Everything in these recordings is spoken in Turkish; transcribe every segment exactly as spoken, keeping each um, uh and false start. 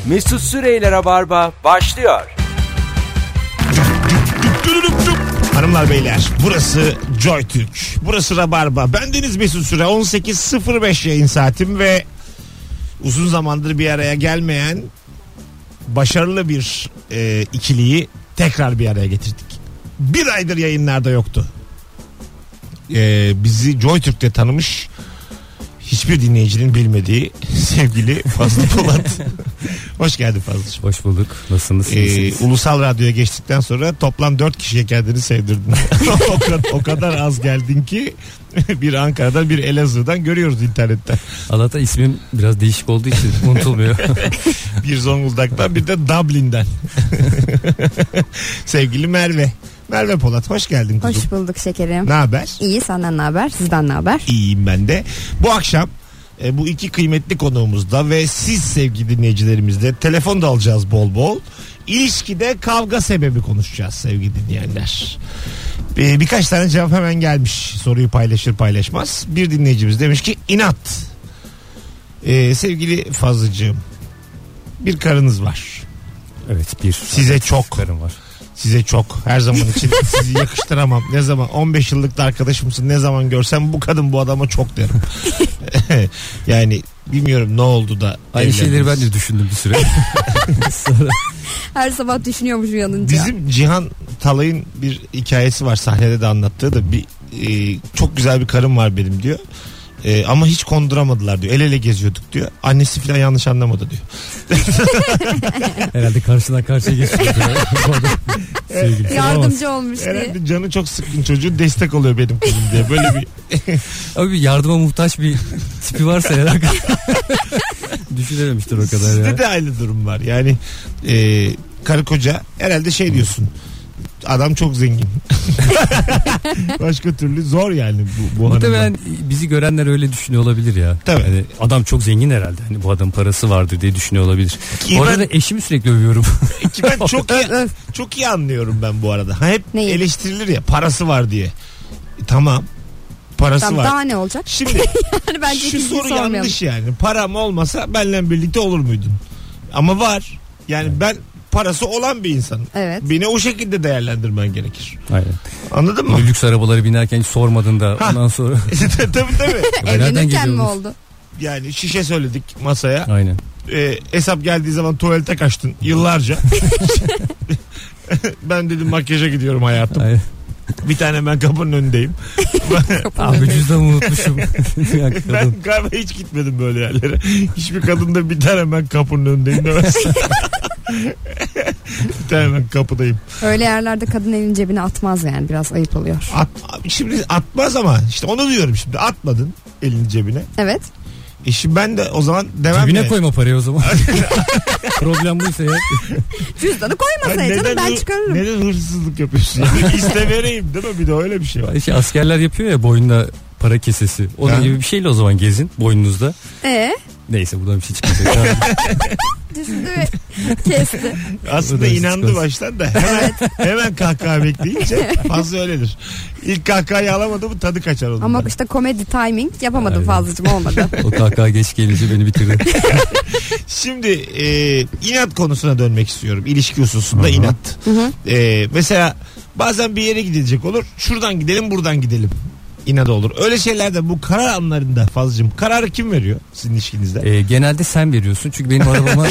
Mesut Süreyler'e barba başlıyor. Hanımlar beyler, burası Joy Türk, burası Rabarba. Bendeniz Mesut Süre. On sekiz sıfır beş yayın saatim ve uzun zamandır bir araya gelmeyen başarılı bir e, ikiliyi tekrar bir araya getirdik. Bir aydır yayınlarda yoktu. E, bizi Joy Türk'te tanımış, hiçbir dinleyicinin bilmediği sevgili Fazlı Polat. Hoş geldin Fazlıcığım. Hoş bulduk. Nasılsınız? Ee, Ulusal Radyo'ya geçtikten sonra toplam dört kişiye kendini sevdirdin. o, kadar, o kadar az geldin ki bir Ankara'dan bir Elazığ'dan görüyoruz internetten. Allah'ta ismim biraz değişik olduğu için unutulmuyor. Bir Zonguldak'tan bir de Dublin'den. Sevgili Merve. Merve Polat, hoş geldin kuzum. Hoş bulduk şekerim. Ne haber? İyi, senden ne haber? Sizden ne haber? İyiyim ben de. Bu akşam e, bu iki kıymetli konuğumuzda ve siz sevgili dinleyicilerimizle telefon da alacağız bol bol. İlişkide kavga sebebi konuşacağız sevgili dinleyenler. E, birkaç tane cevap hemen gelmiş. Soruyu paylaşır paylaşmaz. Bir dinleyicimiz demiş ki inat. E, sevgili Fazlıcığım, bir karınız var. Evet, bir. Size evet, çok. Karım var. Size çok. Her zaman için sizi yakıştıramam. Ne zaman on beş yıllık da arkadaşımsın, ne zaman görsem bu kadın bu adama çok derim. Yani bilmiyorum ne oldu da. Aynı şeyleri ben de düşündüm bir süre. Sonra... Her sabah düşünüyormuş uyanınca. Bizim Cihan Talay'ın bir hikayesi var, sahnede de anlattığı da bir e, çok güzel bir karım var benim diyor. E, ama hiç konduramadılar diyor. El ele geziyorduk diyor. Annesi falan yanlış anlamadı diyor. Herhalde karşıdan karşıya geçiyor. Evet, yardımcı olmuş diye. Herhalde canı çok sıkkın çocuğu, destek oluyor benim kızım diye. Böyle bir Abi yardıma muhtaç bir tipi varsa herhalde düşünememiştir o kadar. Sizde ya. de aynı durum var. Yani e, karı koca herhalde şey diyorsun. Adam çok zengin. Başka türlü zor yani bu, bu Muhtemelen bizi görenler öyle düşünüyor olabilir ya. Tabii. Yani adam çok zengin herhalde. Hani bu adamın parası vardır diye düşünüyor olabilir. Ki Orada ben, da eşimi sürekli övüyorum. Ki ben çok iyi, çok iyi anlıyorum ben bu arada. Ha, hep Neyi? eleştirilir ya, parası var diye. E, tamam. Parası Tamam, var. daha ne olacak? Şimdi yani bence şu soru sormayalım. yanlış yani. Param olmasa benimle birlikte olur muydun? Ama var. Yani evet. Ben parası olan bir insanım. Evet. Beni o şekilde değerlendirmen gerekir. Aynen. Anladın mı? Lüks arabaları binerken hiç sormadın da ha. Ondan sonra. Tabii tabii. Evlenirken mi oldu? Yani şişe söyledik masaya. Aynen. Ee, hesap geldiği zaman tuvalete kaçtın yıllarca. Ben dedim makyaja gidiyorum hayatım. Aynen. Bir tane ben kapının önündeyim. Abi cüzdanımı unutmuşum. Ben galiba hiç gitmedim böyle yerlere. Hiçbir kadın da bir tane ben kapının önündeyim demez. Bir tane ben kapıdayım. Öyle yerlerde kadın elini cebine atmaz yani, biraz ayıp oluyor. At, şimdi atmaz ama işte onu diyorum şimdi, atmadın elini cebine. Evet. E şimdi ben de o zaman demem. Cebine yani. Koyma parayı o zaman. Problem buysa ya. Cüzdanı koymasaydı canım, ben çıkarırım. Neden hırsızlık yapıyorsun? Yani İste vereyim değil mi? Bir de öyle bir şey var. İşte askerler yapıyor ya boynunda para kesesi. Onun ha. gibi bir şeyle o zaman gezin boynunuzda. Eee? Neyse buradan bir şey çıkmayacak. Düşündü ve kesti. Aslında inandı baştan da hemen, hemen kahkaha bekleyince fazla öyledir. İlk kahkahayı alamadı mı tadı kaçar onun. Ama işte komedi timing yapamadım Fazlıcığım, olmadı. O kahkaha geç gelince beni bitirdi. Şimdi e, inat konusuna dönmek istiyorum. İlişki hususunda Hı-hı. inat. Hı-hı. E, mesela bazen bir yere gidilecek olur. Şuradan gidelim, buradan gidelim. İnadı olur. Öyle şeylerde, bu karar anlarında Fazlıcığım, kararı kim veriyor sizin ilişkinizde? Ee, genelde sen veriyorsun. Çünkü benim arabama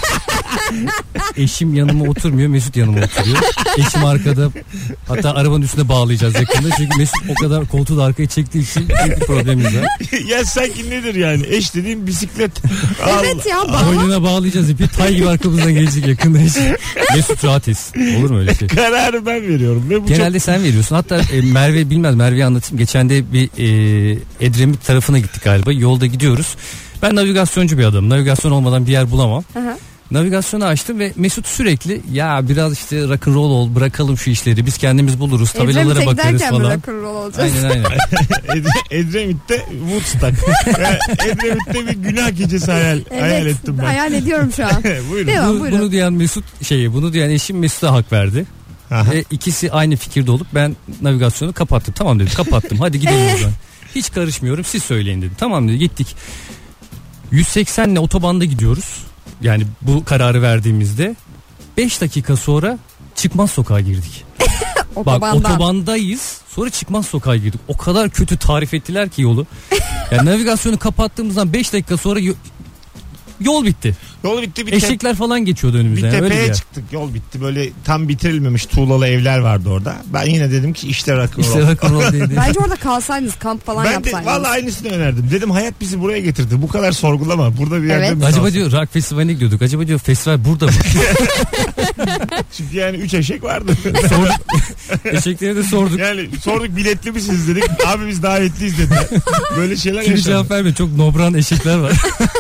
eşim yanıma oturmuyor, Mesut yanıma oturuyor. Eşim arkada, hatta arabanın üstüne bağlayacağız yakında. Çünkü Mesut o kadar koltuğu da arkaya çektiği için bir problemimiz var. Ya sanki nedir yani? Eş dediğim bisiklet. Evet ya, bağla. Boynuna bağlayacağız ipi. Tay gibi arkamızdan gelecek yakında eş. Mesut rahat etsin. Olur mu öyle şey? Kararı ben veriyorum. Ve bu genelde çok... sen veriyorsun. Hatta e, Merve bilmez. Merve'yi anlatayım. Geçen de bir e, Edremit tarafına gittik galiba. Yolda gidiyoruz. Ben navigasyoncu bir adamım. Navigasyon olmadan bir yer bulamam. Aha. Navigasyonu açtım ve Mesut sürekli ya biraz işte rock'n'roll ol, bırakalım şu işleri, biz kendimiz buluruz, tabelalara bakarız falan. Aynen aynen. Edremit'te Woodstock. Yani Edremit'te bir günah gecesi hayal, evet, hayal ettim ben. Hayal ediyorum şu an. Buyurun. Devam, Bu, buyurun. bunu diyen Mesut şeyi, bunu diyen eşim Mesut'a hak verdi. Aha. Ve ikisi aynı fikirde olup ben navigasyonu kapattım. Tamam dedim, kapattım. Hadi gidelim buradan. Hiç karışmıyorum, siz söyleyin dedim. Tamam dedi, gittik. yüz seksenle otobanda gidiyoruz. Yani bu kararı verdiğimizde beş dakika sonra Çıkmaz Sokağa girdik. Bak otobandayız, sonra Çıkmaz Sokağa girdik. O kadar kötü tarif ettiler ki yolu. Yani navigasyonu kapattığımızdan beş dakika sonra yo- yol bitti. Yol bitti. Bir Eşekler te- falan geçiyordu önümüzden. Bir tepeye yani. çıktık, yol bitti. Böyle tam bitirilmemiş tuğlalı evler vardı orada. Ben yine dedim ki işte rock'n'roll. İşte rock'n'roll dedi. Bence orada kalsaydınız, kamp falan ben yapsaydınız. Ben de valla aynısını önerdim. Dedim hayat bizi buraya getirdi. Bu kadar sorgulama. Burada bir yerde evet. mi Acaba kalsın? diyor rock festivaline gidiyorduk. Acaba diyor festival burada mı? Çünkü yani üç eşek vardı. Sorduk. Eşeklere de sorduk. Yani sorduk biletli misiniz dedik. Abi biz davetliyiz dediler. Böyle şeyler Kimi yaşandı. cevap vermiyor. Çok nobran eşekler var.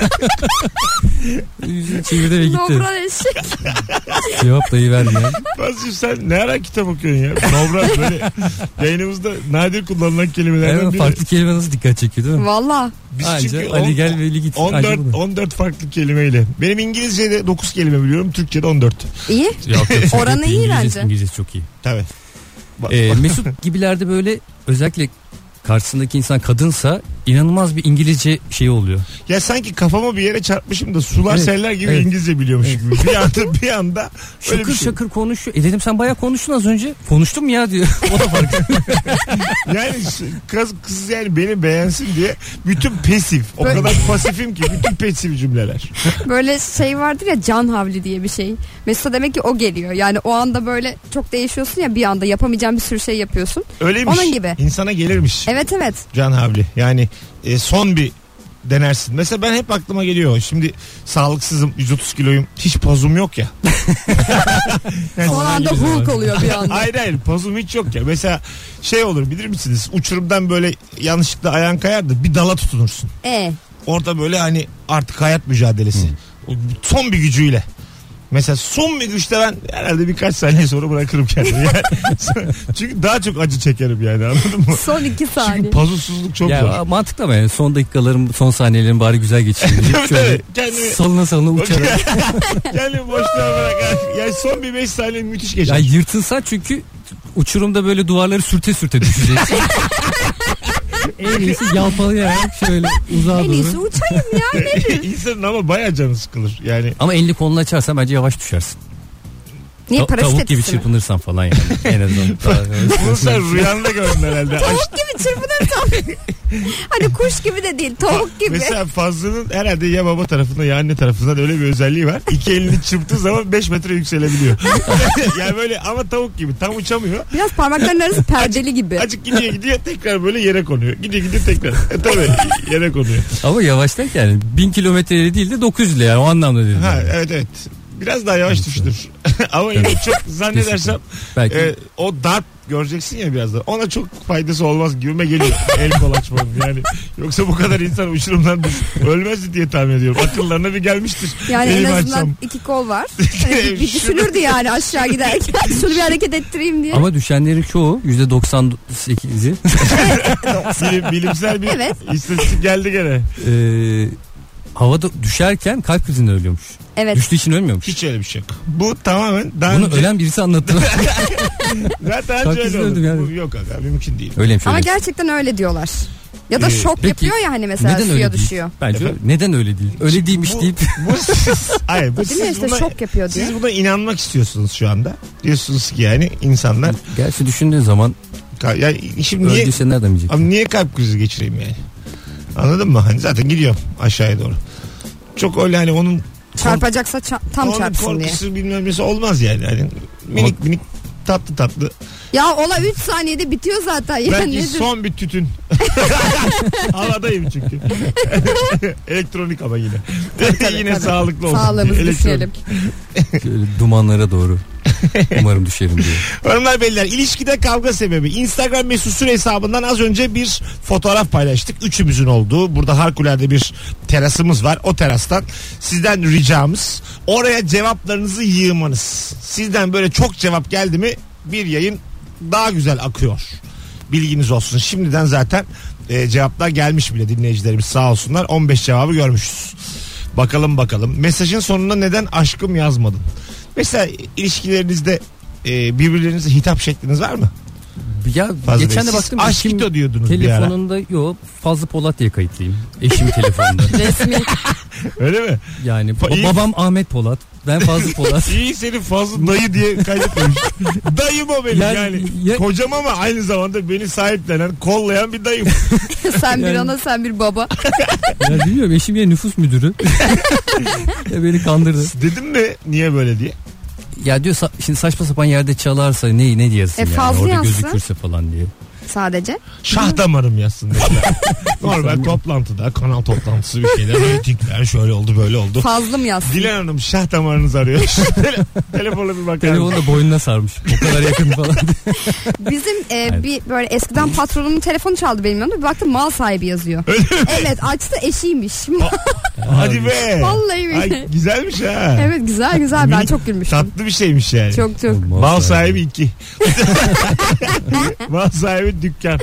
Yüzünü çevirdi ve gitti. Nobran eşek. Cevap dayı verdi yani. Bazı sen ne ara kitap okuyorsun ya? Nobran böyle yayınımızda nadir kullanılan kelimelerden Evet, biri. farklı kelime nasıl dikkat çekiyor değil mi? Valla. Biz Anca çünkü Ali on- gel Veli git. on dört, on dört farklı kelimeyle. Benim İngilizce'de dokuz kelime biliyorum. Türkçe'de on dört. İyi. Yok, yok, Oranı iyi İngilizcesi- bence. İngilizcesi çok iyi. Tabii. Bak, Ee, bak. Mesut gibilerde böyle özellikle karşısındaki insan kadınsa inanılmaz bir İngilizce şey oluyor. Ya sanki kafama bir yere çarpmışım da sular Evet, seller gibi evet. İngilizce biliyormuş Evet. gibi. Bir anda bir anda öyle Şakır bir şey. şakır konuşuyor. E dedim sen bayağı konuştun az önce. Konuştum ya diyor. O da farklı. Yani kız, kız yani beni beğensin diye bütün pasif. O Böyle- kadar pasifim ki bütün pasif cümleler. Böyle şey vardır ya, can havli diye bir şey. Mesela demek ki o geliyor. Yani o anda böyle çok değişiyorsun ya, bir anda yapamayacağın bir sürü şey yapıyorsun. Öyleymiş. Onun gibi. İnsana gelirmiş. Evet evet. Can havli. Yani e, son bir denersin. Mesela ben hep aklıma geliyor. Şimdi sağlıksızım, yüz otuz kiloyum. Hiç pozum yok ya. Yani Son anda gibi Hulk var. oluyor bir anda. hayır hayır pozum hiç yok ya. Mesela şey olur bilir misiniz? Uçurumdan böyle yanlışlıkla ayağın kayar da bir dala tutunursun. E Orada böyle hani artık hayat mücadelesi. O son bir gücüyle. Mesela son bir güçte ben herhalde birkaç saniye sonra bırakırım kendimi. Yani, çünkü daha çok acı çekerim yani, anladın mı? son iki Çünkü saniye. pazusuzluk çok ya zor. mantıklı ama yani son dakikalarım, son saniyelerim bari güzel geçeyim. Tabii, Şöyle tabii. Kendimi- salına salına uçarak. Kendimi boşluğa bırak. Yani son bir beş saniye müthiş geçer. Ya yırtınsa çünkü uçurumda böyle duvarları sürte sürte düşeceksin. En iyisi yalpalayarak şöyle uzağa En iyisi doğru. uçayım ya, nedir? İnsanın ama bayağı canı sıkılır. Yani Ama elini kolunu açarsan bence yavaş düşersin. Niye, Ta- paraşüt tavuk gibi etkisi mi? çırpınırsan falan yani. En azından. bunu sen rüyanda gördün herhalde. Aş- Tavuk gibi çırpınırsam. Hani kuş gibi de değil, tavuk gibi. Mesela Fazlı'nın herhalde ya baba tarafında ya anne tarafında da öyle bir özelliği var. İki elini çırptığı zaman beş metre yükselebiliyor. Yani böyle ama tavuk gibi tam uçamıyor. Biraz parmakların arası perdeli gibi. Acık gidiyor gidiyor tekrar böyle yere konuyor. Gidiyor gidiyor tekrar. E tabii yere konuyor. Ama yavaş derken yani bin kilometreli değil de dokuz yüzle yani o anlamda dedim. Ha yani. evet evet. Biraz daha yavaş düşünür. Ama yine çok zannedersem Belki e, o dart göreceksin ya birazdan. Ona çok faydası olmaz gibime geliyor. El kol açmanın yani. Yoksa bu kadar insan uçurumdan düş- ölmezdi diye tahmin ediyorum. Akıllarına bir gelmiştir. Yani en Elimi azından açsam. iki kol var. Hani bir, bir düşünürdü yani aşağı giderken. Şunu bir hareket ettireyim diye. ama düşenlerin çoğu yüzde doksan sekizi Bilim, bilimsel bir Evet. istatistik geldi gene. e, havada düşerken kalp krizinden ölüyormuş. Evet. Düştüğü için ölmüyormuş. Hiç öyle bir şey yok. Bu tamamen daha Bunu önce... ölen birisi anlattı. Zaten Kalp önce öyle krizi olur. öldüm yani. Bu yok aga mümkün değil. Öyleymiş Ama öyleymiş. gerçekten öyle diyorlar. Ya da Ee, şok peki, yapıyor ya hani mesela Neden suya öyle değil? düşüyor. Bence Efendim? neden öyle değil? Öyle değilmiş Bu- deyip Bu siz, hayır, bu Dedim ya siz işte buna, şok yapıyor diye. siz buna inanmak istiyorsunuz şu anda. Diyorsunuz ki yani insanlar gerçi düşündüğün zaman yani şimdi niye öldüyse nereden bilecek? Abi niye kalp krizi geçireyim yani? Anladın mı? Hani zaten gidiyorum aşağıya doğru. Çok öyle hani onun Çarpacaksa ça- tam onun çarpsın diye. korkusu bilmem nesi olmaz yani. Hani minik minik tatlı tatlı. Ya ola üç saniyede bitiyor zaten. Yani Belki nedir? son bir tütün. Havadayım çünkü. Elektronik ama yine. tabii, yine tabii. sağlıklı olsun. Sağlığımızı diye. düşünelim. Şöyle dumanlara doğru. Umarım düşerim diye. Hanımlar beyler, ilişkide kavga sebebi. Instagram mesut süre hesabından az önce bir fotoğraf paylaştık. Üçümüzün olduğu. Burada harikulade bir terasımız var. O terastan sizden ricamız oraya cevaplarınızı yığmanız. Sizden böyle çok cevap geldi mi bir yayın daha güzel akıyor. Bilginiz olsun. Şimdiden zaten e, cevaplar gelmiş bile, dinleyicilerimiz sağ olsunlar. on beş cevabı görmüşüz. Bakalım bakalım. Mesajın sonuna neden aşkım yazmadın? Mesela ilişkilerinizde e, birbirlerinize hitap şekliniz var mı? Ya Fazlı geçen Bey, de siz baktım. Aşkito diyordunuz bir ara. Telefonunda yok, Fazlı Polat diye kayıtlıyım. Eşim telefonunda. Resmi. Öyle mi? Yani Fa- ba- iyi. babam Ahmet Polat. Ben Fazlı Polat. İyi, senin Fazlı dayı diye kaydetmemiş. Dayım o benim yani. Yani- ya- Kocam ama aynı zamanda beni sahiplenen, kollayan bir dayım. Sen bir Yani- ana sen bir baba. Ya bilmiyorum, eşim ya nüfus müdürü. Ya beni kandırdı. Dedim mi niye böyle diye? Ya diyor sa- şimdi saçma sapan yerde çalarsa ne ne diyorsun E, yani Fazlı orada yazsın. gözükürse falan diye. Sadece. Şah damarım yazsın mesela. Normal toplantıda, kanal toplantısı bir şeyler. Reytingler şöyle oldu böyle oldu. Fazlım yazsın. Dilan Hanım şah damarınız arıyor. Tele- Telefona bir bakar mısın? Telefonu da boynuna sarmış. O kadar yakın falan. Bizim e, bir böyle eskiden patronumun telefonu çaldı benim yanımda. Bir baktım mal sahibi yazıyor. Evet, açtı, eşiymiş. Hadi be. Vallahi billahi. Ay, güzelmiş ha. Evet, güzel güzel, ben çok gülmüştüm. Tatlı bir şeymiş yani. Çok çok. Mal sahibi iki. Mal sahibi dükkan.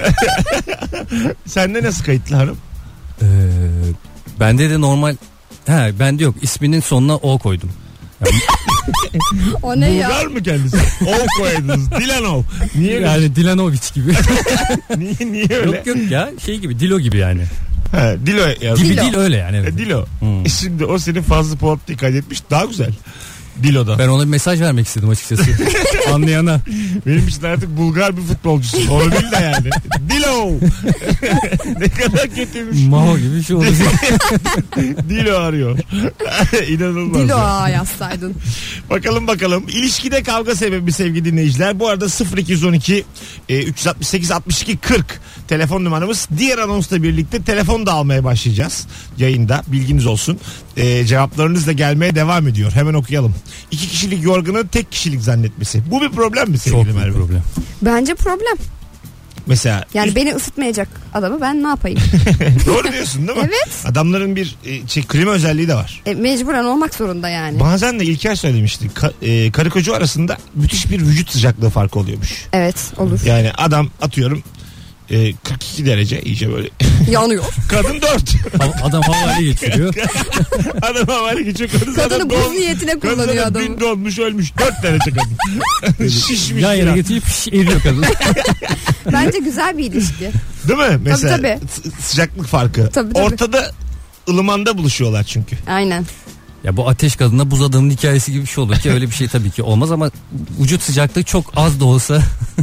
Sende nasıl kayıtlı hanım? Ee, bende de normal. He, bende yok. İsminin sonuna O koydum. Yani, O ne ya? Bulgar mı kendisi? O koydunuz. Dilanov. Niye öyle? yani Dilanovic gibi. Niye, niye öyle? Yok yok ya, şey gibi, Dilo gibi yani. Ha, Dilo yazdı. Gibi Dilo. değil öyle yani. Evet. E, Dilo. Hmm. E, şimdi o senin Fazlı Polat diye kaydetmiş. Daha güzel. Dilo'da. Ben ona bir mesaj vermek istedim açıkçası. Anlayana. Benim için artık Bulgar bir futbolcusun. Onu bil de yani. Dilo. Ne kadar kötüymüş. Maho gibi bir şey oldu. Dilo arıyor. İnanılmaz. Dilo ya. ağa yazsaydın. Bakalım bakalım. İlişkide kavga sebebi sevgili dinleyiciler. Bu arada sıfır iki on iki üç altı sekiz altmış iki kırk telefon numaramız. Diğer anonsla birlikte telefon da almaya başlayacağız yayında. Bilginiz olsun. Ee, cevaplarınız da gelmeye devam ediyor. Hemen okuyalım. İki kişilik yorganı tek kişilik zannetmesi. Bu bir problem mi Çok sevgili büyük Merve? problem. Bence problem. Mesela Yani beni ısıtmayacak adamı ben ne yapayım? doğru diyorsun değil mi? Evet. Adamların bir e, şey, klima özelliği de var. E, mecburen olmak zorunda yani. Bazen de İlker söylemişti. Ka- e, karı koca arasında müthiş bir vücut sıcaklığı farkı oluyormuş. Evet, olur. Yani adam atıyorum e, kırk iki derece iyice böyle. Yanıyor. Kadın dört. Ha- Adam havale geçiriyor. Adam havale geçiyor. Kadın Kadını zaten buz don- niyetine kadın kullanıyor zaten adamı. bin donmuş ölmüş. Dört derece kadın. Şişmiş. Yan yana ya. getirip piş, eriyor kadın. Bence güzel bir ilişki. Değil mi? Mesela tabii. s- sıcaklık farkı. Tabii, tabii. Ortada ılımanda buluşuyorlar çünkü. Aynen. Ya bu ateş kadınla buz adamın hikayesi gibi bir şey olur ki öyle bir şey tabii ki olmaz ama vücut sıcaklığı çok az da olsa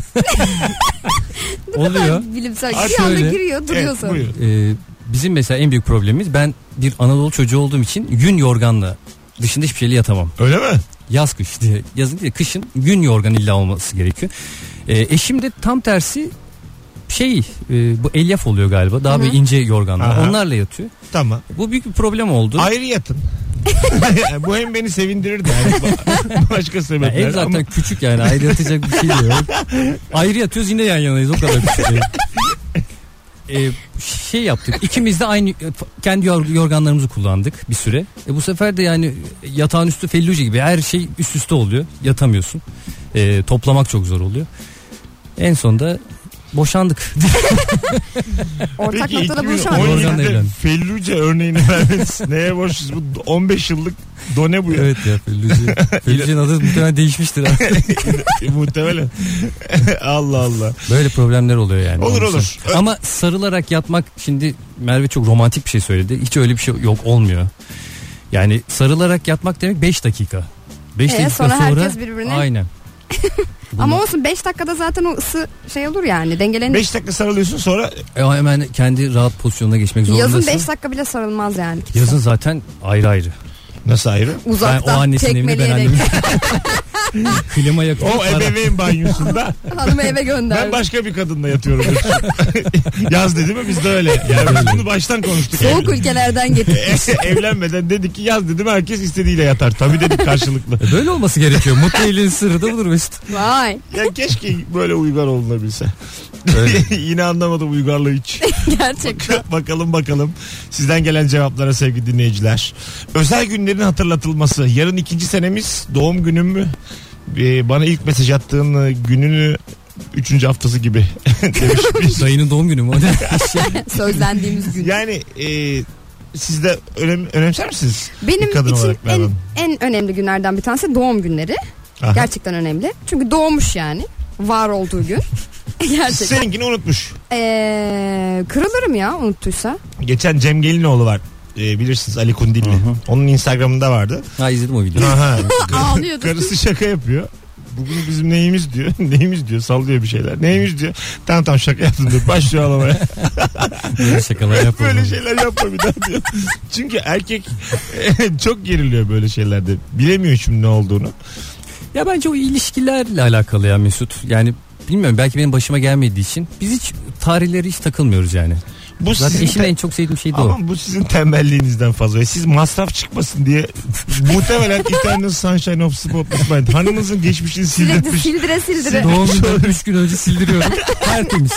oluyor. Bilimsel. Aa, Bir anda şöyle. giriyor duruyor Evet, sonra. buyurun. Ee, bizim mesela en büyük problemimiz, ben bir Anadolu çocuğu olduğum için yün yorganla dışında hiçbir şeyle yatamam. Öyle mi? Yaz kış diye, yazın diye kışın yün yorgan illa olması gerekiyor. Ee, eşim de tam tersi şey e, bu elyaf oluyor galiba, daha Hı hı. bir ince yorganlar, Aha. onlarla yatıyor. Tamam. Bu büyük bir problem oldu. Ayrı yatın. Bu hem beni sevindirirdi. Yani. Başka Ya sebepler. ev zaten ama küçük yani, ayrı yatacak bir şey yok. Ayrı yatıyoruz, yine yan yanayız, o kadar küçük ev. Ee, şey yaptık, ikimiz de aynı kendi yor- yorganlarımızı kullandık bir süre. E bu sefer de yani yatağın üstü felluce gibi, her şey üst üste oluyor, yatamıyorsun. Ee, toplamak çok zor oluyor. En sonunda boşandık. Ortak Peki noktada buluşan. Yorganla iki bin on yedide evlendim. Felluce örneğini vermeniz neye borçluyuz? Bu on beş yıllık done bu ya. Evet ya, felluce. Felluce'nin adı muhtemelen değişmiştir. Muhtemelen. Allah Allah. Böyle problemler oluyor yani. Olur, Onun olur. için. Ama sarılarak yatmak, şimdi Merve çok romantik bir şey söyledi. Hiç öyle bir şey yok, olmuyor. Yani sarılarak yatmak demek beş dakika. beş Ee, dakika sonra sonra, herkes birbirine- aynen. Ama olsun, beş dakikada zaten o ısı şey olur yani, dengelenir. beş dakika sarılıyorsun sonra E, hemen kendi rahat pozisyonuna geçmek zorundasın. Yazın beş dakika bile sarılmaz yani kimse. Yazın zaten ayrı ayrı. nasıl ayrı? Ben o Uzaktan annesinin evinde, ben tekmeleyerek annemin. Klima yakıyor. O ebeveyn banyosunda hanımı eve gönder. ben başka bir kadınla yatıyorum. Yaz dedi mi biz de öyle. Yani biz bunu baştan konuştuk. Soğuk Evlen- ülkelerden getir. Evlenmeden dedik ki yaz dedim herkes istediğiyle yatar. Tabii dedik karşılıklı. E, böyle olması gerekiyor. Mutlu evliliğin sırrı da budur Mesut. Vay, Ya keşke böyle uygar olunabilse. Öyle. Yine anlamadım uygarlığı hiç. gerçekten. Bakalım bakalım sizden gelen cevaplara sevgili dinleyiciler. Özel günlerin hatırlatılması. Yarın ikinci senemiz, doğum günüm mü? Ee, bana ilk mesaj attığın gününü üçüncü haftası gibi demiş biz. Dayının doğum günü mü? O ne? Sözlendiğimiz gün. Yani e, siz de önem, önemser misiniz? Benim Bir kadın için olarak en, Merve. en önemli günlerden bir tanesi doğum günleri. Aha. Gerçekten önemli. Çünkü doğmuş yani. Var olduğu gün. Gerçekten. Seninkini unutmuş. Ee, kırılırım ya unuttuysa. Geçen Cem Gelinoğlu var. Ee, bilirsiniz Ali Kundilli. Hı-hı. Onun Instagram'ında vardı. Ha izledim o videoyu. Aha. Ağlıyordu. Karısı şaka yapıyor. Bugün bizim neyimiz diyor. Neyimiz diyor. Sallıyor bir şeyler. Neyimiz diyor. Tamam tamam şaka yaptım diyor. Başlıyor ağlamaya. Böyle şakalar yapma. Böyle şeyler yapma bir daha diyor. Çünkü erkek çok geriliyor böyle şeylerde. Bilemiyor şimdi ne olduğunu. Ya bence o ilişkilerle alakalı ya Mesut. Yani bilmiyorum, belki benim başıma gelmediği için biz hiç tarihleri hiç takılmıyoruz yani. Bu Zaten sizin eşimle te- en çok sevdiğim şey de Ama o. bu sizin tembelliğinizden fazla. Siz masraf çıkmasın diye muhtemelen Eternal Sunshine of Spotless Mind hanımızın geçmişini Sürekli sildirmiş. sildire sildire. Doğum günden üç gün önce sildiriyorum. Tertemiz.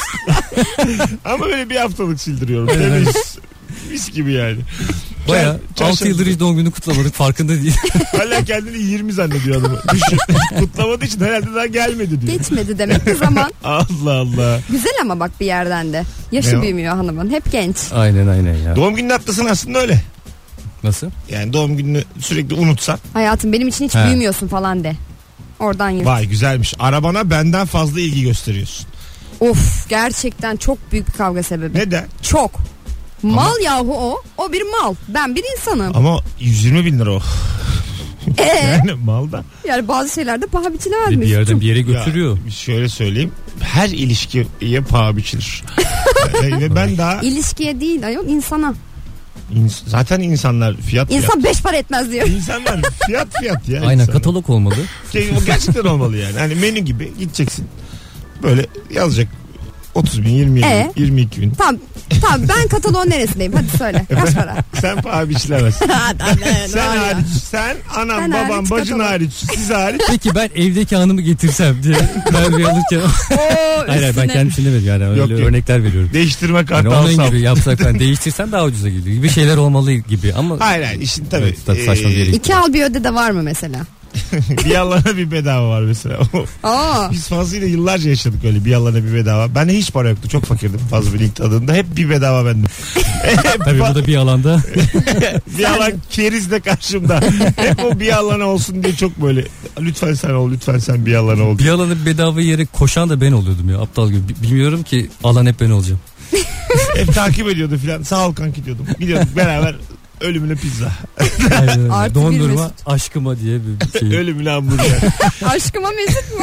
Ama böyle bir haftalık sildiriyorum. Temiz. Mis gibi yani. Baya Çar- altı yıldır hiç doğum günü kutlamadık, farkında değil. Hala kendini yirmi zannediyor adamı. Düşün. Kutlamadığı için herhalde daha gelmedi diyor. Geçmedi demek ki zaman. Allah Allah. Güzel ama bak bir yerden de. Yaşı Ne o? büyümüyor hanımın. Hep genç. Aynen aynen ya. Doğum gününü atlasın aslında öyle. Nasıl? Yani doğum gününü sürekli unutsan. Hayatım benim için hiç He. büyümüyorsun falan de. Oradan yürü. Vay güzelmiş. Arabana benden fazla ilgi gösteriyorsun. Of gerçekten çok büyük bir kavga sebebi. Neden? Çok. Mal yahu o. O bir mal. Ben bir insanım. Ama yüz yirmi bin lira o. Ee? Yani mal da. Yani bazı şeylerde paha biçilemez Bir mi? yerden bir yere götürüyor. Ya, şöyle söyleyeyim. Her ilişkiye paha biçilir. Yani ve ben daha İlişkiye değil ayol insana. ins- zaten insanlar fiyat fiyat. İnsan beş para etmez diyor. İnsanlar fiyat fiyat ya. Aynen, insanlar. katalog olmalı. Şey, o gerçekten olmalı yani. Hani menü gibi gideceksin. Böyle yazacak otuz bin, yirmi bin, Ee? yirmi iki bin. Tamam. Tamam ben kataloğun neresindeyim? Hadi söyle. Kaç para? Sen paha biçilemezsin. Sen hariç. Sen anan, Sen baban, hariç bacın katalog. hariç. Siz hariç. Peki ben evdeki hanımı getirsem diye Merve'yi alırken. Oo, Hayır hayır, ben üstüne. kendim için demedim yani, öyle Yok, yok. örnekler veriyorum. Değiştirme Yani kartı onun alsam. gibi yapsak, ben değiştirsen daha ucuza geliyor gibi şeyler olmalı gibi ama Hayır hayır işin tabii. Evet, tabii saçma bir yere Ee, İki al bir öde de var mı mesela? bir yallana bir bedava var mesela. Aa. Biz fazlıyla yıllarca yaşadık öyle bir yallana bir bedava. Bende hiç para yoktu. Çok fakirdim fazla bir link adında. Hep bir bedava bendim. tabii bu da bir alanda. bir yalan keriz de karşımda. Hep o bir yallana olsun diye çok böyle. Lütfen sen ol, lütfen sen bir yallana ol. Bir alanı bedava yere koşan da ben oluyordum ya, aptal gibi. B- Bilmiyorum ki alan hep ben olacağım. Hep takip ediyordu filan. Sağ ol kanki diyordum. Gidiyorduk beraber ölümüne pizza. Aynen öyle. Artı bir Dondurma Mesut. aşkıma diye bir şey. ölümüne hamburger. Aşkıma Mesut mu?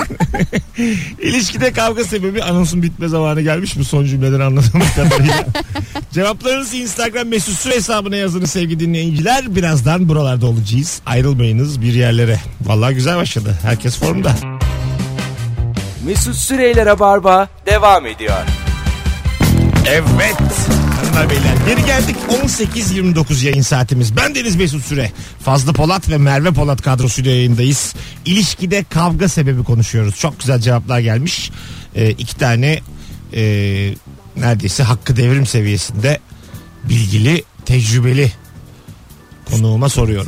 İlişkide kavga sebebi anonsun bitme zamanı gelmiş mi son cümleden anladığım kadarıyla. Cevaplarınızı Instagram Mesut Süre hesabına yazın sevgili dinleyiciler. Birazdan buralarda olacağız. Ayrılmayınız bir yerlere. Vallahi güzel başladı. Herkes formda. Mesut Süreyler'e barba devam ediyor. Evet. Hanımlar beyler geri geldik. on sekiz yirmi dokuz yayın saatimiz. Ben Deniz Mesut Süre. Fazlı Polat ve Merve Polat kadrosuyla yayındayız. İlişkide kavga sebebi konuşuyoruz. Çok güzel cevaplar gelmiş. Ee, iki tane e, neredeyse hakkı devrim seviyesinde bilgili, tecrübeli konuğuma soruyorum.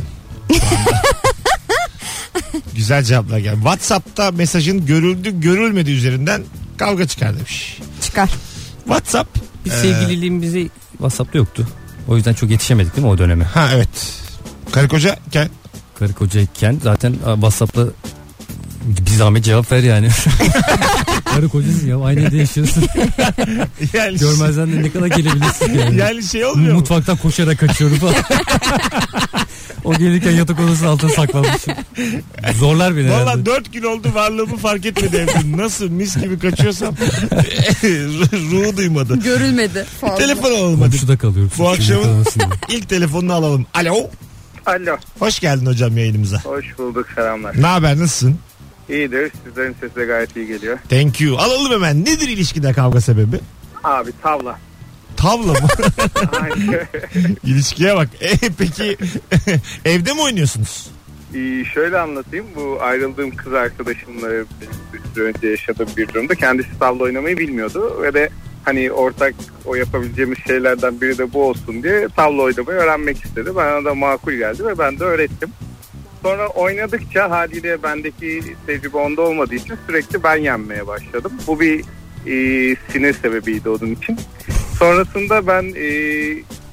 Güzel cevaplar geldi. WhatsApp'ta mesajın görüldü görülmedi üzerinden kavga çıkar demiş. Çıkar. WhatsApp. Biz e, sevgililiğimizi WhatsApp'ta yoktu. O yüzden çok yetişemedik değil mi o döneme? Ha evet. Karı koca iken Karı kocayken zaten a, WhatsApp'ta bir zahmet cevap ver yani. Karı kocasın ya, aynı evde yaşıyorsun. yani Görmezden de ne kadar gelebilirsin yani. yani şey olmuyor mu? Mutfaktan koşarak kaçıyorum falan. O gelirken yatak odasının altına saklanmışım. Zorlar beni Valla herhalde. dört gün oldu varlığımı fark etmedi evde. Nasıl mis gibi kaçıyorsam ruhu duymadı. Görülmedi. Fazla. Telefon alalım hadi. Komşuda kalıyorum. Bu akşamın Yakalamasın diye. ilk telefonunu alalım. Alo. Alo. Hoş geldin hocam yayınımıza. Hoş bulduk, selamlar. Ne haber nasılsın? İyidir, sizlerin sesi de gayet iyi geliyor. Thank you. Alalım hemen. Nedir ilişkide kavga sebebi? Abi tavla. Tavla mı? Aynen. İlişkiye bak. E, peki evde mi oynuyorsunuz? Ee, şöyle anlatayım, bu ayrıldığım kız arkadaşımla bir süre önce yaşadığım bir durumda kendisi tavla oynamayı bilmiyordu ve de hani ortak o yapabileceğimiz şeylerden biri de bu olsun diye tavla oynamayı öğrenmek istedi. Bana da makul geldi ve ben de öğrettim. Sonra oynadıkça haliyle bendeki tecrübe onda olmadığı için sürekli ben yenmeye başladım. Bu bir e, sinir sebebiydi onun için. Sonrasında ben e,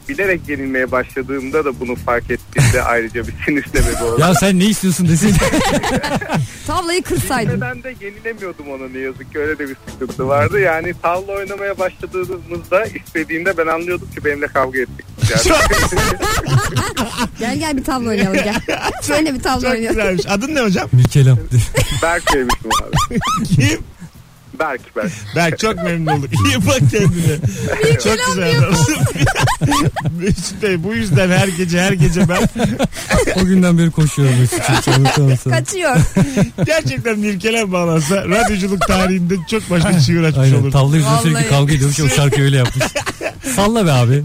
bilerek yenilmeye başladığımda da bunu fark ettiğimde ayrıca bir sinir sebebi oldu. Ya sen ne istiyorsun desin. Tavlayı kırsaydın. Ben de yenilemiyordum onu, ne yazık ki öyle de bir sıkıntı vardı. Yani tavla oynamaya başladığımızda istediğinde ben anlıyordum ki benimle kavga ettik. Yani. Gel gel bir tavla oynayalım gel. Söyle bir tavla Çok oynayalım. güzelmiş. Adın ne hocam? Mikelam. Berk demiştim abi. Kim? Berk Berk. Berk, çok memnun olduk. İyi bak kendine. Çok güzel adamsın. Mesut Bey, bu yüzden her gece her gece ben O günden beri koşuyorum Mesut'um. Kaçıyor. gerçekten Mirkelen bağlansa radyoculuk tarihinde çok başka çığır açmış Aynen, olur. tavla yüzünden Vallahi. sürekli kavga ediyormuş. O şarkı öyle yapmış. Salla be abi.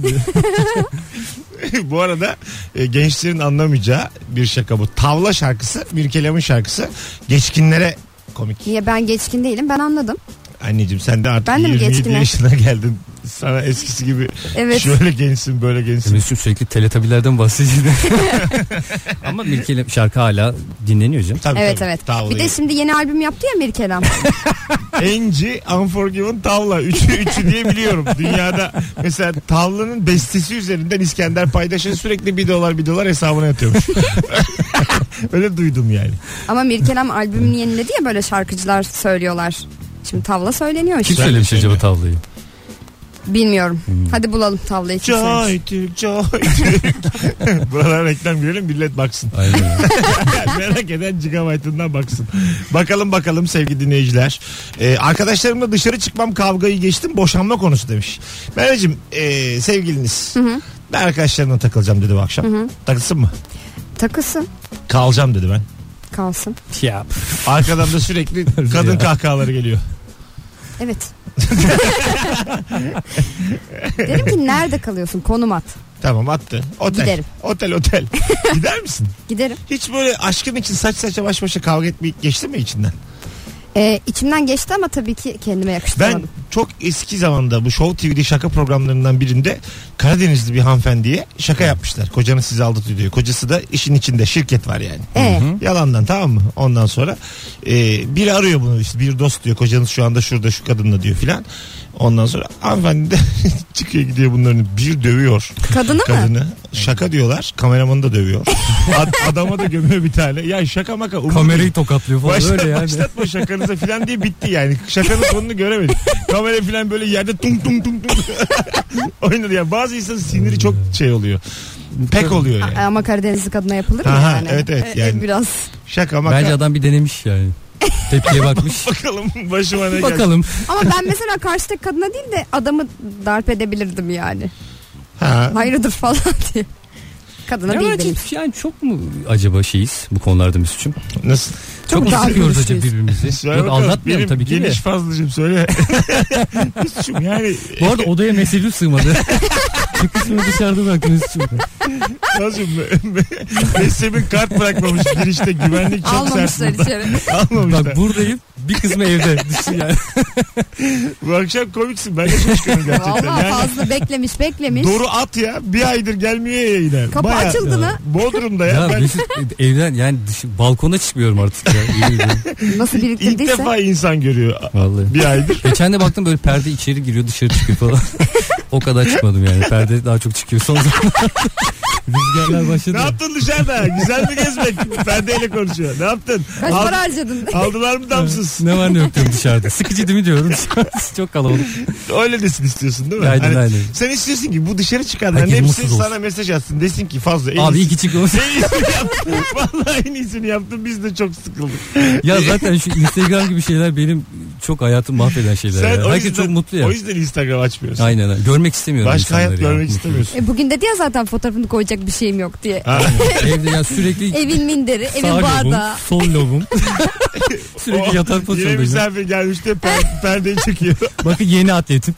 Bu arada e, gençlerin anlamayacağı bir şaka bu. Tavla şarkısı Mirkelam'ın şarkısı. Geçkinlere komik. Niye, ben geçkin değilim, ben anladım. Anneciğim sen de artık Ben de mi yirmi yedi geçkinim? yaşına geldin. Sana eskisi gibi Evet. şöyle gençsin böyle gençsin. Mesut sürekli teletabilerden bahsediyor. Ama Mirkelam şarkı hala dinleniyor canım. Tabii, Evet tabii. evet. Tavlayı. Bir de şimdi yeni albüm yaptı ya Mirkelam. Enci, Unforgiven, Tavla. Üçü, üçü diye biliyorum. Dünyada mesela Tavla'nın bestesi üzerinden İskender Paydaş'ın sürekli bir dolar bir dolar hesabına yatıyormuş. Öyle duydum yani. Ama Mirkelam albümünü yeniledi ya, böyle şarkıcılar söylüyorlar. Şimdi tavla söyleniyor Kim işte. söylemiş acaba tavlayı? Bilmiyorum. Hadi bulalım tavlayı. Kim söylemiş? Joy Türk, Joy Türk. Buralara reklam girelim, millet baksın. Aynen. Merak eden gigabyte'ından baksın. Bakalım bakalım sevgili dinleyiciler. Ee, arkadaşlarımla dışarı çıkmam, kavgayı geçtim, boşanma konusu demiş. Merveciğim, e, sevgiliniz. Hı hı. Ben arkadaşlarımla takılacağım dedi bu akşam. Hı hı. Takılsın mı? Takılsın. Kalacağım dedi ben. Kalsın. Ya. Arkadan da sürekli kadın kahkahaları geliyor. Evet. Dedim ki nerede kalıyorsun? Konum at. Tamam, attı. Otel. Giderim. Otel otel. Gider misin? Giderim. Hiç böyle aşkın için saç saça baş başa kavga etmek geçti mi içinden? Ee, içimden geçti ama tabii ki kendime yakıştıramadım. Ben çok eski zamanda bu Show T V'de şaka programlarından birinde Karadenizli bir hanımefendiye şaka yapmışlar. Kocanız sizi aldatıyor diyor. Kocası da işin içinde, şirket var yani. Ee? Yalandan, tamam mı? Ondan sonra e, biri arıyor bunu, işte bir dost diyor, kocanız şu anda şurada şu kadınla diyor filan. Ondan sonra hanımefendi de çıkıyor gidiyor, bunların bir dövüyor. Kadını mı? Kadını. Şaka diyorlar. Kameramanı da dövüyor. Ad- adama da gömüyor bir tane. Ya şaka maka. umurumda Kamerayı değil. tokatlıyor falan Başla, öyle yani. Başlatma şakanıza filan diye bitti yani. Şakanın sonunu göremedik. Kamera filan böyle yerde tung tung tung tung oynadı yani. Bazı insanın siniri çok şey oluyor. Pek oluyor yani. A- ama Karadenizli kadına yapılır mı Aha, yani? evet, evet, Ee, yani. Biraz. Şaka maka. Bence adam bir denemiş yani. Tepkiye bakmış. Bakalım başıma ne geldi. Bakalım. Ama ben mesela karşıdaki kadına değil de adamı darp edebilirdim yani. Ha. Hayırdır falan diye. Kadına Ya değil bence benim. yani çok mu acaba şeyiz bu konularda Mesut'cum? Nasıl? Çok mu daha sıkıyoruz acaba görüşlüyüz. birbirimizi? Söyle Yok bakalım. aldatmıyorum Benim tabii ki de. geniş fazlacığım söyle. Mesut'cum yani. Bu arada odaya mezhebim sığmadı. Çıkışımı dışarıda bıraktım Mesut'cum. Nasıl? Mezhebin kart bırakmamış girişte, güvenlik çok sert Almamışlar burada. içeri. Almamışlar. Bak buradayım. Bir kısmı evde. Dışı yani. Bu akşam komiksin. Ben de şaşkınım gerçekten. Valla Yani fazla beklemiş beklemiş. Doru at ya. Bir aydır gelmiyor ya yayına. Kapı Bayağı- açıldı mı? Bodrum'da ya. Ya ben Mesut evden yani dışı, balkona çıkmıyorum artık ya. Yemin ediyorum. Nasıl ilk biriktirdiyse. defa insan görüyor. Vallahi. Bir aydır. Geçen de baktım böyle perde içeri giriyor dışarı çıkıyor falan. O kadar çıkmadım yani. Perde daha çok çıkıyor son zamanlarda. Rüzgarlar başladı. Ne yaptın dışarıda? Güzel mi gezmek? Perdeyle konuşuyor. Ne yaptın? Kaç Ald- para harcadın? Aldılar mı damsız? Ne var ne yok diyorum dışarıda. Sıkıcı değil mi diyorum. Çok kalabalık. Öyle desin istiyorsun değil mi? Aynen, aynen. Sen istiyorsun ki bu dışarı çıkanların Herkes hepsi mutsuz olsun. sana mesaj atsın. Desin ki fazla. en Abi iyisi- iki çıkmış. En iyisini yaptın. Vallahi en iyisini yaptın. Biz de çok sıkıldık. Ya zaten şu Instagram gibi şeyler benim çok hayatımı mahveden şeyler. Sen ya. o Herkes yüzden, çok mutlu ya. O yüzden Instagram açmıyorsun. Aynen öyle. Görmek istemiyorum Başka insanları hayat ya. görmek Mutlu. istemiyorsun. E bugün dedi ya zaten fotoğrafını koyacak bir şeyim yok diye. Ha. Evde ya sürekli Evin minderi, evin sağ lobum, bardağı. sol lobum. Sürekli O yatar Yine pozisyondayım. misafir gelmiş de per, perdeyi çekiyor. Bakın yeni atletim.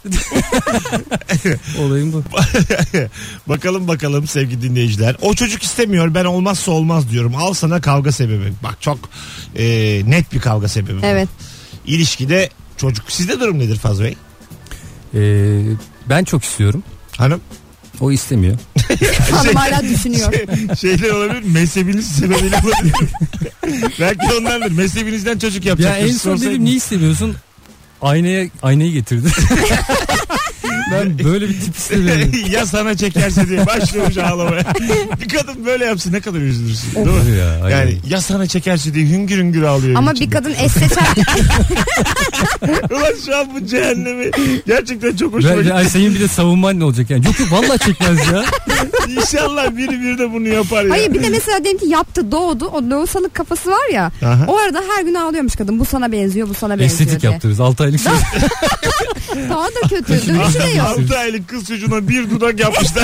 Olayım bu. Bakalım bakalım sevgili dinleyiciler. O çocuk istemiyor, ben olmazsa olmaz diyorum. Al sana kavga sebebi. Bak çok e, net bir kavga sebebi. bu. Evet. İlişkide çocuk. Sizde durum nedir Fazıl Bey? Ee, ben çok istiyorum. Hanım? O istemiyor. Hanım hala düşünüyor. Şey, şeyler olabilir. Mezhebiniz sebebiyle olabilir. Belki ondandır. Mezhebinizden çocuk Ya yapacak. en son dedim niye istemiyorsun? Aynaya aynayı getirdi. Ben böyle bir tip istemiyorum. Ya sana çekerse diye başlıyormuş ağlamaya. Bir kadın böyle yapsın ne kadar üzülürsün. Değil mi? Ya, yani aynen. ya sana çekerse diye hüngür hüngür ağlıyor. Ama içinde. bir kadın es seçer. Ulan şu an bu cehennemi gerçekten çok hoşuma Ben, gitti. ay senin bir de savunman ne olacak yani? Yok yok vallahi çekmez ya. İnşallah biri bir de bunu yapar ya. Hayır bir de mesela diyelim ki yaptı doğdu. O loğusalık kafası var ya. Aha. O arada her gün ağlıyormuş kadın. Bu sana benziyor bu sana benziyor Estetik diye. yaptırırız. altı aylık şey. Daha da kötü. Dönüşü de yok. altı aylık kız çocuğuna bir dudak yapmışlar.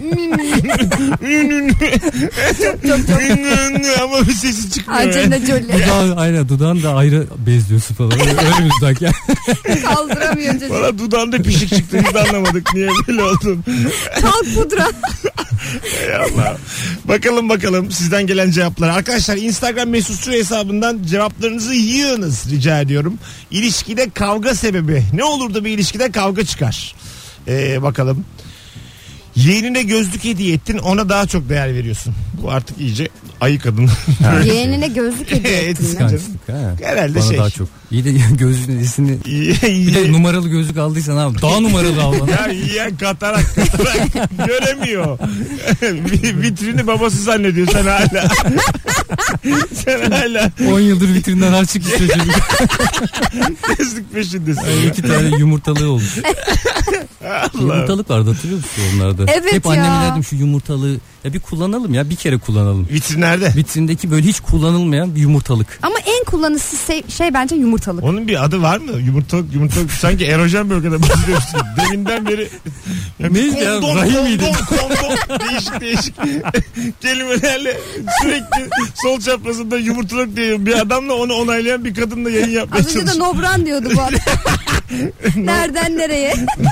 Ama bir sesi çıkmıyor. Angelina Jolie. Dudağın, aynen dudağın da ayrı bezliyorsun falan. Öyle bir dudak ya. Kaldıramıyor çocuk. Valla dudağında pişik çıktı. Biz de anlamadık niye böyle oldu. Kalk pudra. Ey Allah. Bakalım bakalım sizden gelen cevaplar. Arkadaşlar Instagram mesut süre hesabından cevaplarınızı yığınız rica ediyorum. İlişkide kavga sebebi. Ne olur da bir ilişkide kavga çıkar. Ee, bakalım. Yeğenine gözlük hediye ettin, ona daha çok değer veriyorsun. Bu artık iyice ayı kadın. Yeğenine gözlük hediye ettin mi? Kıskançlık ha. Herhalde Bana şey. daha çok. İyi de gözlüğün esini İyi, bir de iyi. numaralı gözlük aldıysan abi daha numaralı al bana. Ya yiyen katarak katarak göremiyor. Vitrini babası zannediyor sen hala. Sen hala on yıldır vitrinden harçlık istiyor çocuk. gözlük peşindesin. Yani iki tane yumurtalığı olmuş. Allah. Yumurtalık vardı hatırlıyor musun onlarda? Evet Hep ya. anneme derdim şu yumurtalığı ya bir kullanalım ya bir kere kullanalım. Vitrinlerde. Vitrindeki böyle hiç kullanılmayan bir yumurtalık. Ama en kullanışsız şey, şey bence yumurtalık. Onun bir adı var mı? Yumurtalık, yumurtalık. Sanki erojen bölgede bahsediyorsun. Deminden beri. Neydi ya? Kondom, Rahim miydi? kondom, kondom. Değişik değişik kelimelerle sürekli sol çaprazında yumurtalık diye bir adamla onu onaylayan bir kadınla yayın yapmaya Az önce de çalışıyor. Nobran diyordu bu adam. Nereden nereye?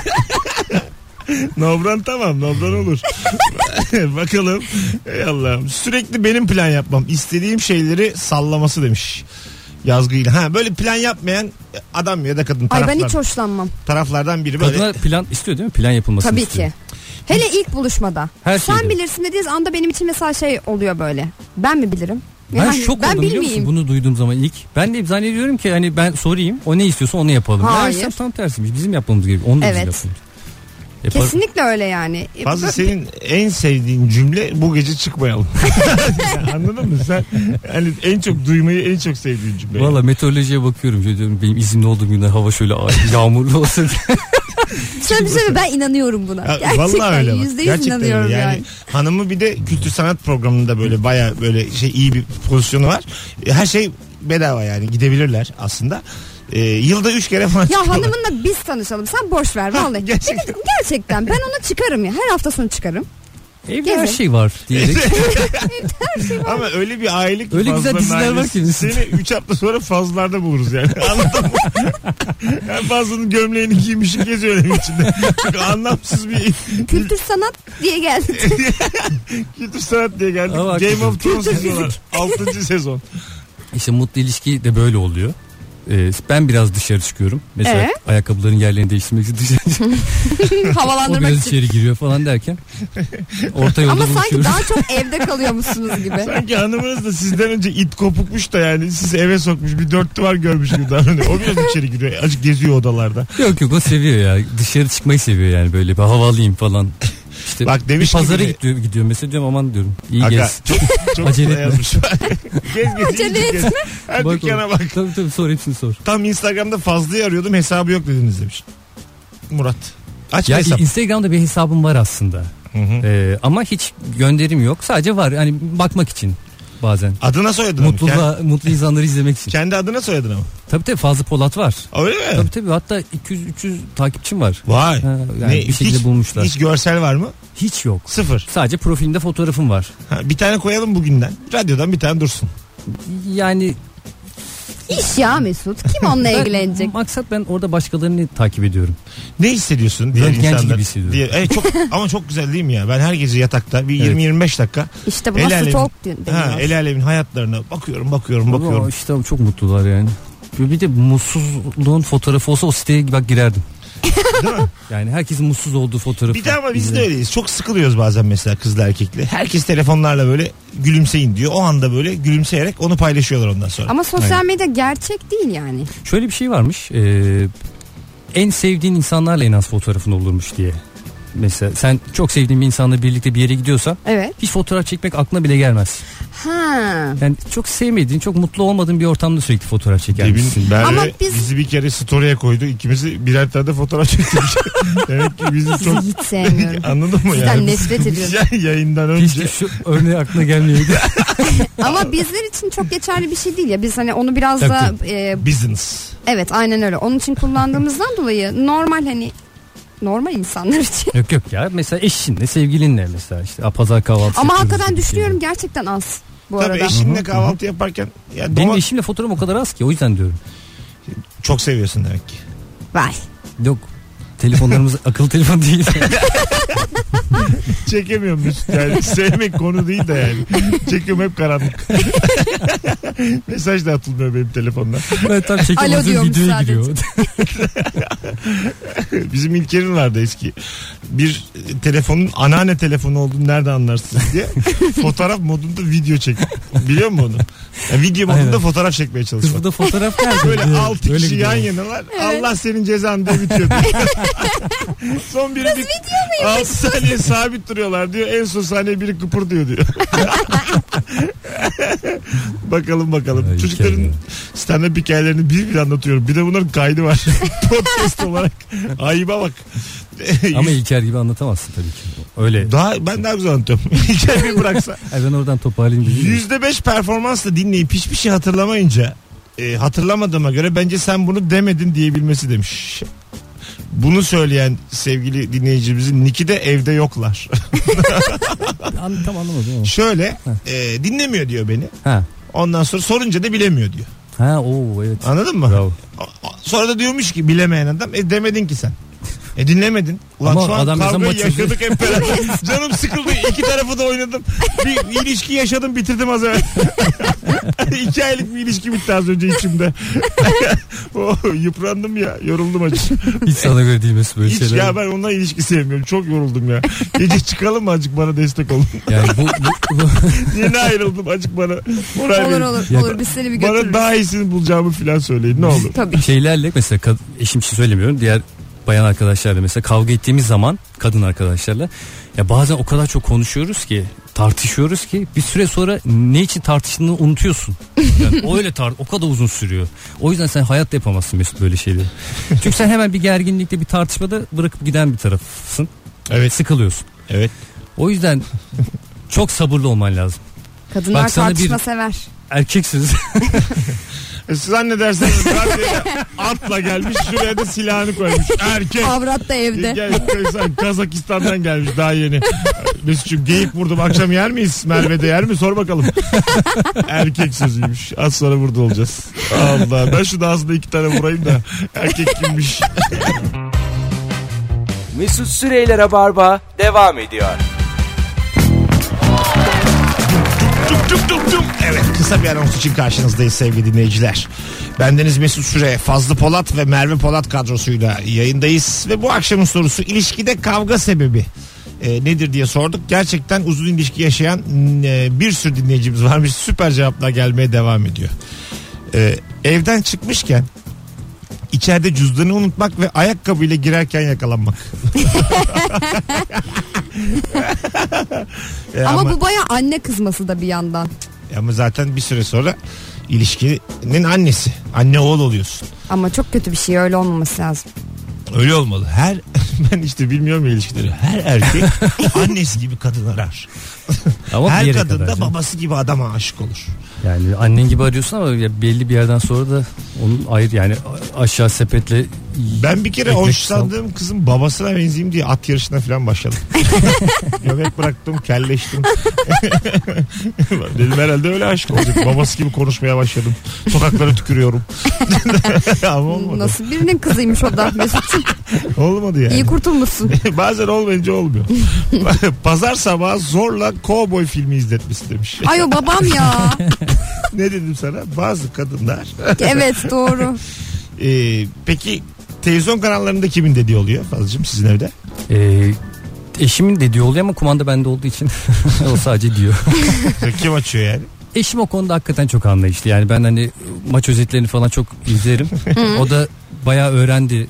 Nobran tamam, Nobran olur. Bakalım. Ey Allah'ım. Sürekli benim plan yapmam. İstediğim şeyleri sallaması demiş. Yazgıyla. Ha böyle plan yapmayan adam ya da kadın Ay taraflar. ben hiç hoşlanmam. Taraflardan biri böyle. Kadınlar plan istiyor değil mi? Plan yapılmasını Tabii istiyor. ki. Hele ilk buluşmada. Her Sen şeyde. bilirsin dediğiniz anda benim için mesela şey oluyor böyle. Ben mi bilirim? Ben Yani şok ben oldum biliyor musun bilmeyeyim. bunu duyduğum zaman ilk. Ben de zannediyorum ki hani ben sorayım o ne istiyorsa onu yapalım. Hayır. Meğersem tam tersiymiş. Bizim yapmamız gerekiyor. Onu da Evet. biz yapalım. Yapar- Kesinlikle öyle yani. Fazla Bö- senin en sevdiğin cümle bu gece çıkmayalım. Yani anladın mı? Sen hani en çok duymayı en çok sevdiğin cümle. Valla meteorolojiye bakıyorum. Şöyle diyorum, benim izinli olduğum günler hava şöyle ay- yağmurlu olsa diye. Şöyle bir şey ben inanıyorum buna. Ya, Gerçekten vallahi öyle bak. yüzde yüz Gerçekten inanıyorum öyle. yani. yani. Hanımı bir de kültür sanat programında böyle baya böyle şey iyi bir pozisyonu var. Her şey bedava yani gidebilirler aslında. Ee, yılda üç kere falan Ya çıkıyorlar. hanımınla biz tanışalım. Sen boş ver Ha, vallahi. gerçekten. Bir de- gerçekten ben ona çıkarım ya. Her hafta sonu çıkarım. Evde her Gezin. şey var diyerek. Ama öyle bir ailelik ki Öyle güzel fazlaların diziler var ailesi. ki. Seni üç hafta sonra fazlalarda buluruz yani. Anladın mı? Yani fazlanın gömleğini giymişim geziyor evin içinde. Çok anlamsız bir Kültür sanat diye geldi. kültür sanat diye geldik. Ama Game of Thrones Kültür izliyorlar. altıncı sezon. İşte mutlu ilişki de böyle oluyor. Ee, ben biraz dışarı çıkıyorum. Mesela Ee? ayakkabıların yerlerini değiştirmek için dışarı çıkıyorum. O Havalandırmak biraz için. içeri giriyor falan derken orta yolda Ama sanki buluşuyoruz. daha çok evde kalıyormuşsunuz gibi. Sanki hanımınız da sizden önce it kopukmuş da yani sizi eve sokmuş bir dört duvar görmüş gibi davranıyor. O biraz içeri giriyor. Azıcık geziyor odalarda. Yok yok o seviyor ya. Dışarı çıkmayı seviyor yani böyle bir hava alayım falan. İşte Bak demiş bir pazara gibi- gidiyor, gidiyor mesela diyorum aman diyorum. İyi Aga, gez. çok çok Acele Acele etme. yazmış. gez gez. Acele iyice gez. Her Bak dükkana o- bak. Tabii tabii sor hepsini sor. Tam Instagram'da Fazlı'yı arıyordum hesabı yok dediniz demiş. Murat. Aç Ya hesap. Instagram'da bir hesabım var aslında. Hı hı. Ee, ama hiç gönderim yok. Sadece var hani bakmak için bazen. Adına soyadına mı? Kendi, Mutlu, mutlu insanları izlemek için. kendi adına soyadına mı? Tabii tabii Fazlı Polat var. Öyle mi? Tabii tabii hatta iki yüz üç yüz takipçim var. Vay. Ha, yani bir şekilde hiç, bulmuşlar. Hiç görsel var mı? Hiç yok. Sıfır. Sadece profilimde fotoğrafım var. Ha, bir tane koyalım bugünden. Radyodan bir tane dursun. Yani İş ya Mesut. Kim onunla ben- ilgilenecek? maksat ben orada başkalarını takip ediyorum. Ne hissediyorsun diğer Röntgenci insanlar? gibi hissediyorum. Diğer, evet, çok, ama çok güzel değil mi ya? Ben her gece yatakta bir yirmi yirmi beş dakika İşte el buna alemin, stalk ha, deniyor. el alemin hayatlarına bakıyorum bakıyorum bakıyorum. Ama işte çok mutlular yani. Bir de mutsuzluğun fotoğrafı olsa o siteye bak girerdim. Değil mi? Yani herkesin mutsuz olduğu fotoğrafı. Bir de ama biz de izle. öyleyiz. Çok sıkılıyoruz bazen mesela kızla erkekle. Herkes telefonlarla böyle gülümseyin diyor. O anda böyle gülümseyerek onu paylaşıyorlar ondan sonra. Ama sosyal medya gerçek değil yani. Şöyle bir şey varmış. Ee, en sevdiğin insanlarla en az fotoğrafın olurmuş diye. Mesela sen çok sevdiğin bir insanla birlikte bir yere gidiyorsan Evet. hiç fotoğraf çekmek aklına bile gelmez. Ha. Yani çok sevmediğin, çok mutlu olmadığın bir ortamda sürekli fotoğraf çeker misin? Merve Ama biz- bizi bir kere story'e koydu. İkimizi birer tane de fotoğraf çektik. Demek ki bizi Sizi çok... hiç sevmiyorum. Anladın mı Sizden yani? nefret ediyorum. Yayından önce. Keşke şu örneği aklına gelmeyeydi. Ama bizler için çok geçerli bir şey değil ya. Biz hani onu biraz Tabii, da tabii. e, Business. evet aynen öyle. Onun için kullandığımızdan dolayı normal hani normal insanlar için. Yok yok ya, mesela eşinle, sevgilinle mesela işte pazar kahvaltısı Ama yapıyoruz hakikaten dedik düşünüyorum yani. gerçekten az bu Tabii arada. eşinle kahvaltı yaparken ya Benim doma- eşimle fotoğrafım o kadar az ki, o yüzden diyorum. çok seviyorsun demek ki. Vay. Yok, telefonlarımız akıllı telefon değil. Çekemiyorum Mesut yani. Sevmek konu değil de yani. Çekiyorum hep karanlık. Mesaj da atılmıyor benim telefondan. Ben tam Alo çekemezdim, diyormuş videoya sadece. giriyor. Bizim İlker'in vardı eski. Bir e, telefonun anneanne telefonu olduğunu nerede anlarsınız diye. Fotoğraf modunda video çek. Biliyor musun onu? Yani video modunda Aynen. fotoğraf çekmeye Kız çalışmak. burada fotoğraf geldi. Böyle altı Öyle kişi yan gidiyor. yanalar. Allah senin cezanı diye bitiyor. Son biri bir altı saniye sabit duruyorlar diyor. En son saniye biri kıpırdıyor diyor. Bakalım bakalım. Ay, Çocukların hikaye. stand-up hikayelerini bir bir anlatıyorum. Bir de bunların kaydı var. Podcast olarak. Ayıba bak. Ama İlker gibi anlatamazsın tabii ki. Öyle. Daha, ben daha güzel anlatıyorum. Hikayeyi bıraksa. Ay ben oradan toparlayayım. dedim ya. yüzde beş performansla dinleyip hiçbir şey hatırlamayınca e, hatırlamadığıma göre bence sen bunu demedin diyebilmesi demiş. Bunu söyleyen sevgili dinleyicimizin Niki de evde yoklar. An, tam anlamadım ama. Şöyle e, dinlemiyor diyor beni. Ha. Ondan sonra sorunca da bilemiyor diyor. Ha o evet. Anladın mı? Bravo. Sonra da diyormuş ki bilemeyen adam e demedin ki sen. E dinlemedin. Ulan Ama şu an adam mesela kavgayı maç yaşadık hep beraber. Canım sıkıldı. İki tarafı da oynadım. Bir ilişki yaşadım bitirdim az evvel. İki aylık bir ilişki bitti az önce içimde. Oh, yıprandım ya. Yoruldum acı. Hiç sana göre değil Mesut böyle Hiç şeyler. ya ben onunla ilişki sevmiyorum. Çok yoruldum ya. Gece çıkalım mı azıcık bana destek olun. Yani bu, bu, bu Yeni ayrıldım azıcık bana moral Olur verin. olur Ya- olur biz seni bir Bana götürürüz. daha iyisini bulacağımı falan söyleyin ne olur. Tabii. şeylerle mesela kad- eşim için söylemiyorum, diğer bayan arkadaşlarla mesela kavga ettiğimiz zaman kadın arkadaşlarla ya bazen o kadar çok konuşuyoruz ki, tartışıyoruz ki bir süre sonra ne için tartıştığını unutuyorsun. Yani o öyle tar o kadar uzun sürüyor. O yüzden sen hayatta yapamazsın Mesut böyle şeyleri. Çünkü sen hemen bir gerginlikte, bir tartışmada bırakıp giden bir tarafsın. Evet. Sıkılıyorsun. Evet. O yüzden çok sabırlı olman lazım. Kadınlar Bak sana tartışma bir- sever. Erkeksiniz. E, Siz zannederseniz radyoya atla gelmiş şuraya da silahını koymuş. Erkek. Avrat da evde. Gel, sen Kazakistan'dan gelmiş daha yeni. Mesut'cum geyik vurdum akşam yer miyiz? Merve'de yer mi? Sor bakalım. Erkek sözüymüş. Az sonra burada olacağız. Allah ben şu ağzında iki tane vurayım da erkek kimmiş? Mesut Süreyler'e barba devam ediyor. Tuk tuk tuk tuk. Evet kısa bir anons için karşınızdayız sevgili dinleyiciler. Bendeniz Mesut Süre, Fazlı Polat ve Merve Polat kadrosuyla yayındayız. Ve bu akşamın sorusu ilişkide kavga sebebi e, nedir diye sorduk. Gerçekten uzun ilişki yaşayan e, bir sürü dinleyicimiz varmış. Süper cevaplar gelmeye devam ediyor. E, evden çıkmışken içeride cüzdanı unutmak ve ayakkabıyla girerken yakalanmak. E, Ama, bu baya anne kızması da bir yandan. Ama zaten bir süre sonra ilişkinin annesi. Anne oğul oluyorsun. Ama çok kötü bir şey, öyle olmaması lazım. Öyle olmalı. Her ben işte bilmiyorum ya ilişkileri. Her erkek annesi gibi kadın arar. Ama bir Her yere kadın kadar da canım. babası gibi adama aşık olur. Yani annen gibi arıyorsun ama ya belli bir yerden sonra da onun ayrı yani aşağı sepetle. Ben bir kere Ekmek hoşlandığım kızın babasına benzeyeyim diye at yarışına falan başladım. Göbek bıraktım, kelleştim. Dedim herhalde öyle aşık olacak. Babası gibi konuşmaya başladım. Sokaklara tükürüyorum. Ama olmadı. Nasıl birinin kızıymış o da Mesut'cum. Olmadı yani. İyi kurtulmuşsun. Bazen olmayınca olmuyor. Pazar sabahı zorla kovboy filmi izletmesi demiş. Ay o babam ya. Ne dedim sana? Bazı kadınlar. Evet doğru. Ee, peki televizyon kanallarında kimin dediği oluyor Fazlıcığım sizin evde? Ee, eşimin dediği oluyor ama kumanda bende olduğu için o sadece diyor. Kim açıyor yani? Eşim o konuda hakikaten çok anlayışlı. Yani ben hani maç özetlerini falan çok izlerim. O da bayağı öğrendi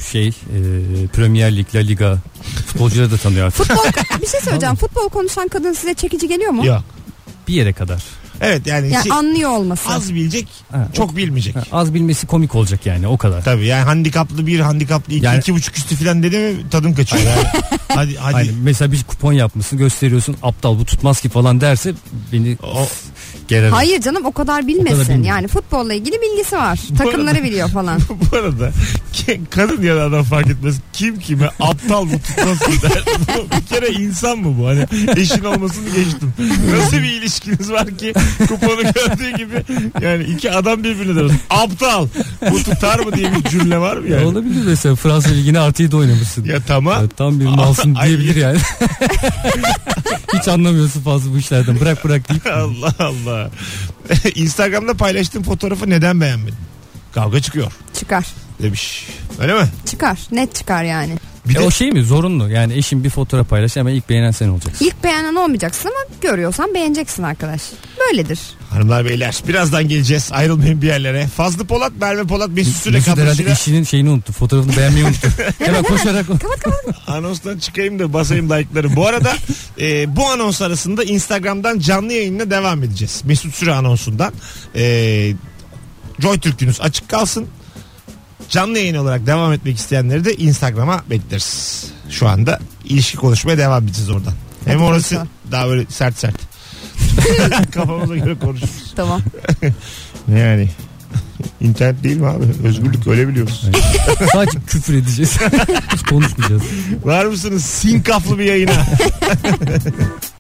şey e, Premier Lig, La Liga futbolcuları da tanıyor artık. Futbol, bir şey söyleyeceğim. Futbol konuşan kadın size çekici geliyor mu? Yok. Bir yere kadar. Evet yani, Yani şey, anlıyor olması. az bilecek, Ha, çok o- bilmeyecek. Ha, az bilmesi komik olacak yani, o kadar. Tabii yani handikaplı bir, handikaplı iki, Yani- iki buçuk üstü falan dedi mi tadım kaçıyor. Yani. hadi hadi. Hani mesela bir kupon yapmışsın, gösteriyorsun, aptal bu tutmaz ki falan derse beni O- gerer. Hayır canım, o kadar O bilmesin. kadar bilmiyor. Yani futbolla ilgili bilgisi var. Bu Takımları arada- biliyor falan. Bu arada ki- kadın ya da adam fark etmez. Kim kime aptal mı tutmaz mı der. Bu bir kere insan mı bu? Hani eşin olmasını geçtim. Nasıl bir ilişkiniz var ki kuponu gördüğü gibi yani iki adam birbirine der. Aptal. Bu tutar mı diye bir cümle var mı Ya yani? olabilir mesela, Fransa Ligi'ne artı yedi oynamışsın. Ya tamam. Ya tam bir malsın Ay- diyebilir yani. Hiç anlamıyorsun fazla bu işlerden. Bırak bırak deyip. Allah Allah. Instagram'da paylaştığım fotoğrafı neden beğenmedin? Kavga çıkıyor Çıkar. demiş. Öyle mi? Çıkar. Net çıkar yani. Bir E de o şey mi, zorunlu? Yani eşin bir fotoğraf paylaş, hemen ilk beğenen sen olacaksın. İlk beğenen olmayacaksın ama görüyorsan beğeneceksin arkadaş. Böyledir. hanımlar beyler birazdan geleceğiz. Ayrılmayın bir yerlere. Fazlı Polat, Merve Polat, Mesut Süre Mesut herhalde kadrosuyla eşinin şeyini unuttu. Fotoğrafını beğenmeyi unuttu. Hemen koşarak. anonstan çıkayım da basayım like'ları. Bu arada e, bu anons arasında Instagram'dan canlı yayınla devam edeceğiz. Mesut Süre anonsundan. E, Joy Türk'ünüz açık kalsın. Canlı yayın olarak devam etmek isteyenleri de Instagram'a bekleriz. Şu anda ilişki konuşmaya devam edeceğiz oradan. Hem Hadi orası konuşalım. daha böyle sert sert. Kafamıza göre konuşuruz. Tamam. Yani internet değil mi abi? Özgürlük, öyle biliyoruz. Sadece küfür edeceğiz. Hiç konuşmayacağız. Var mısınız sinkaflı bir yayına?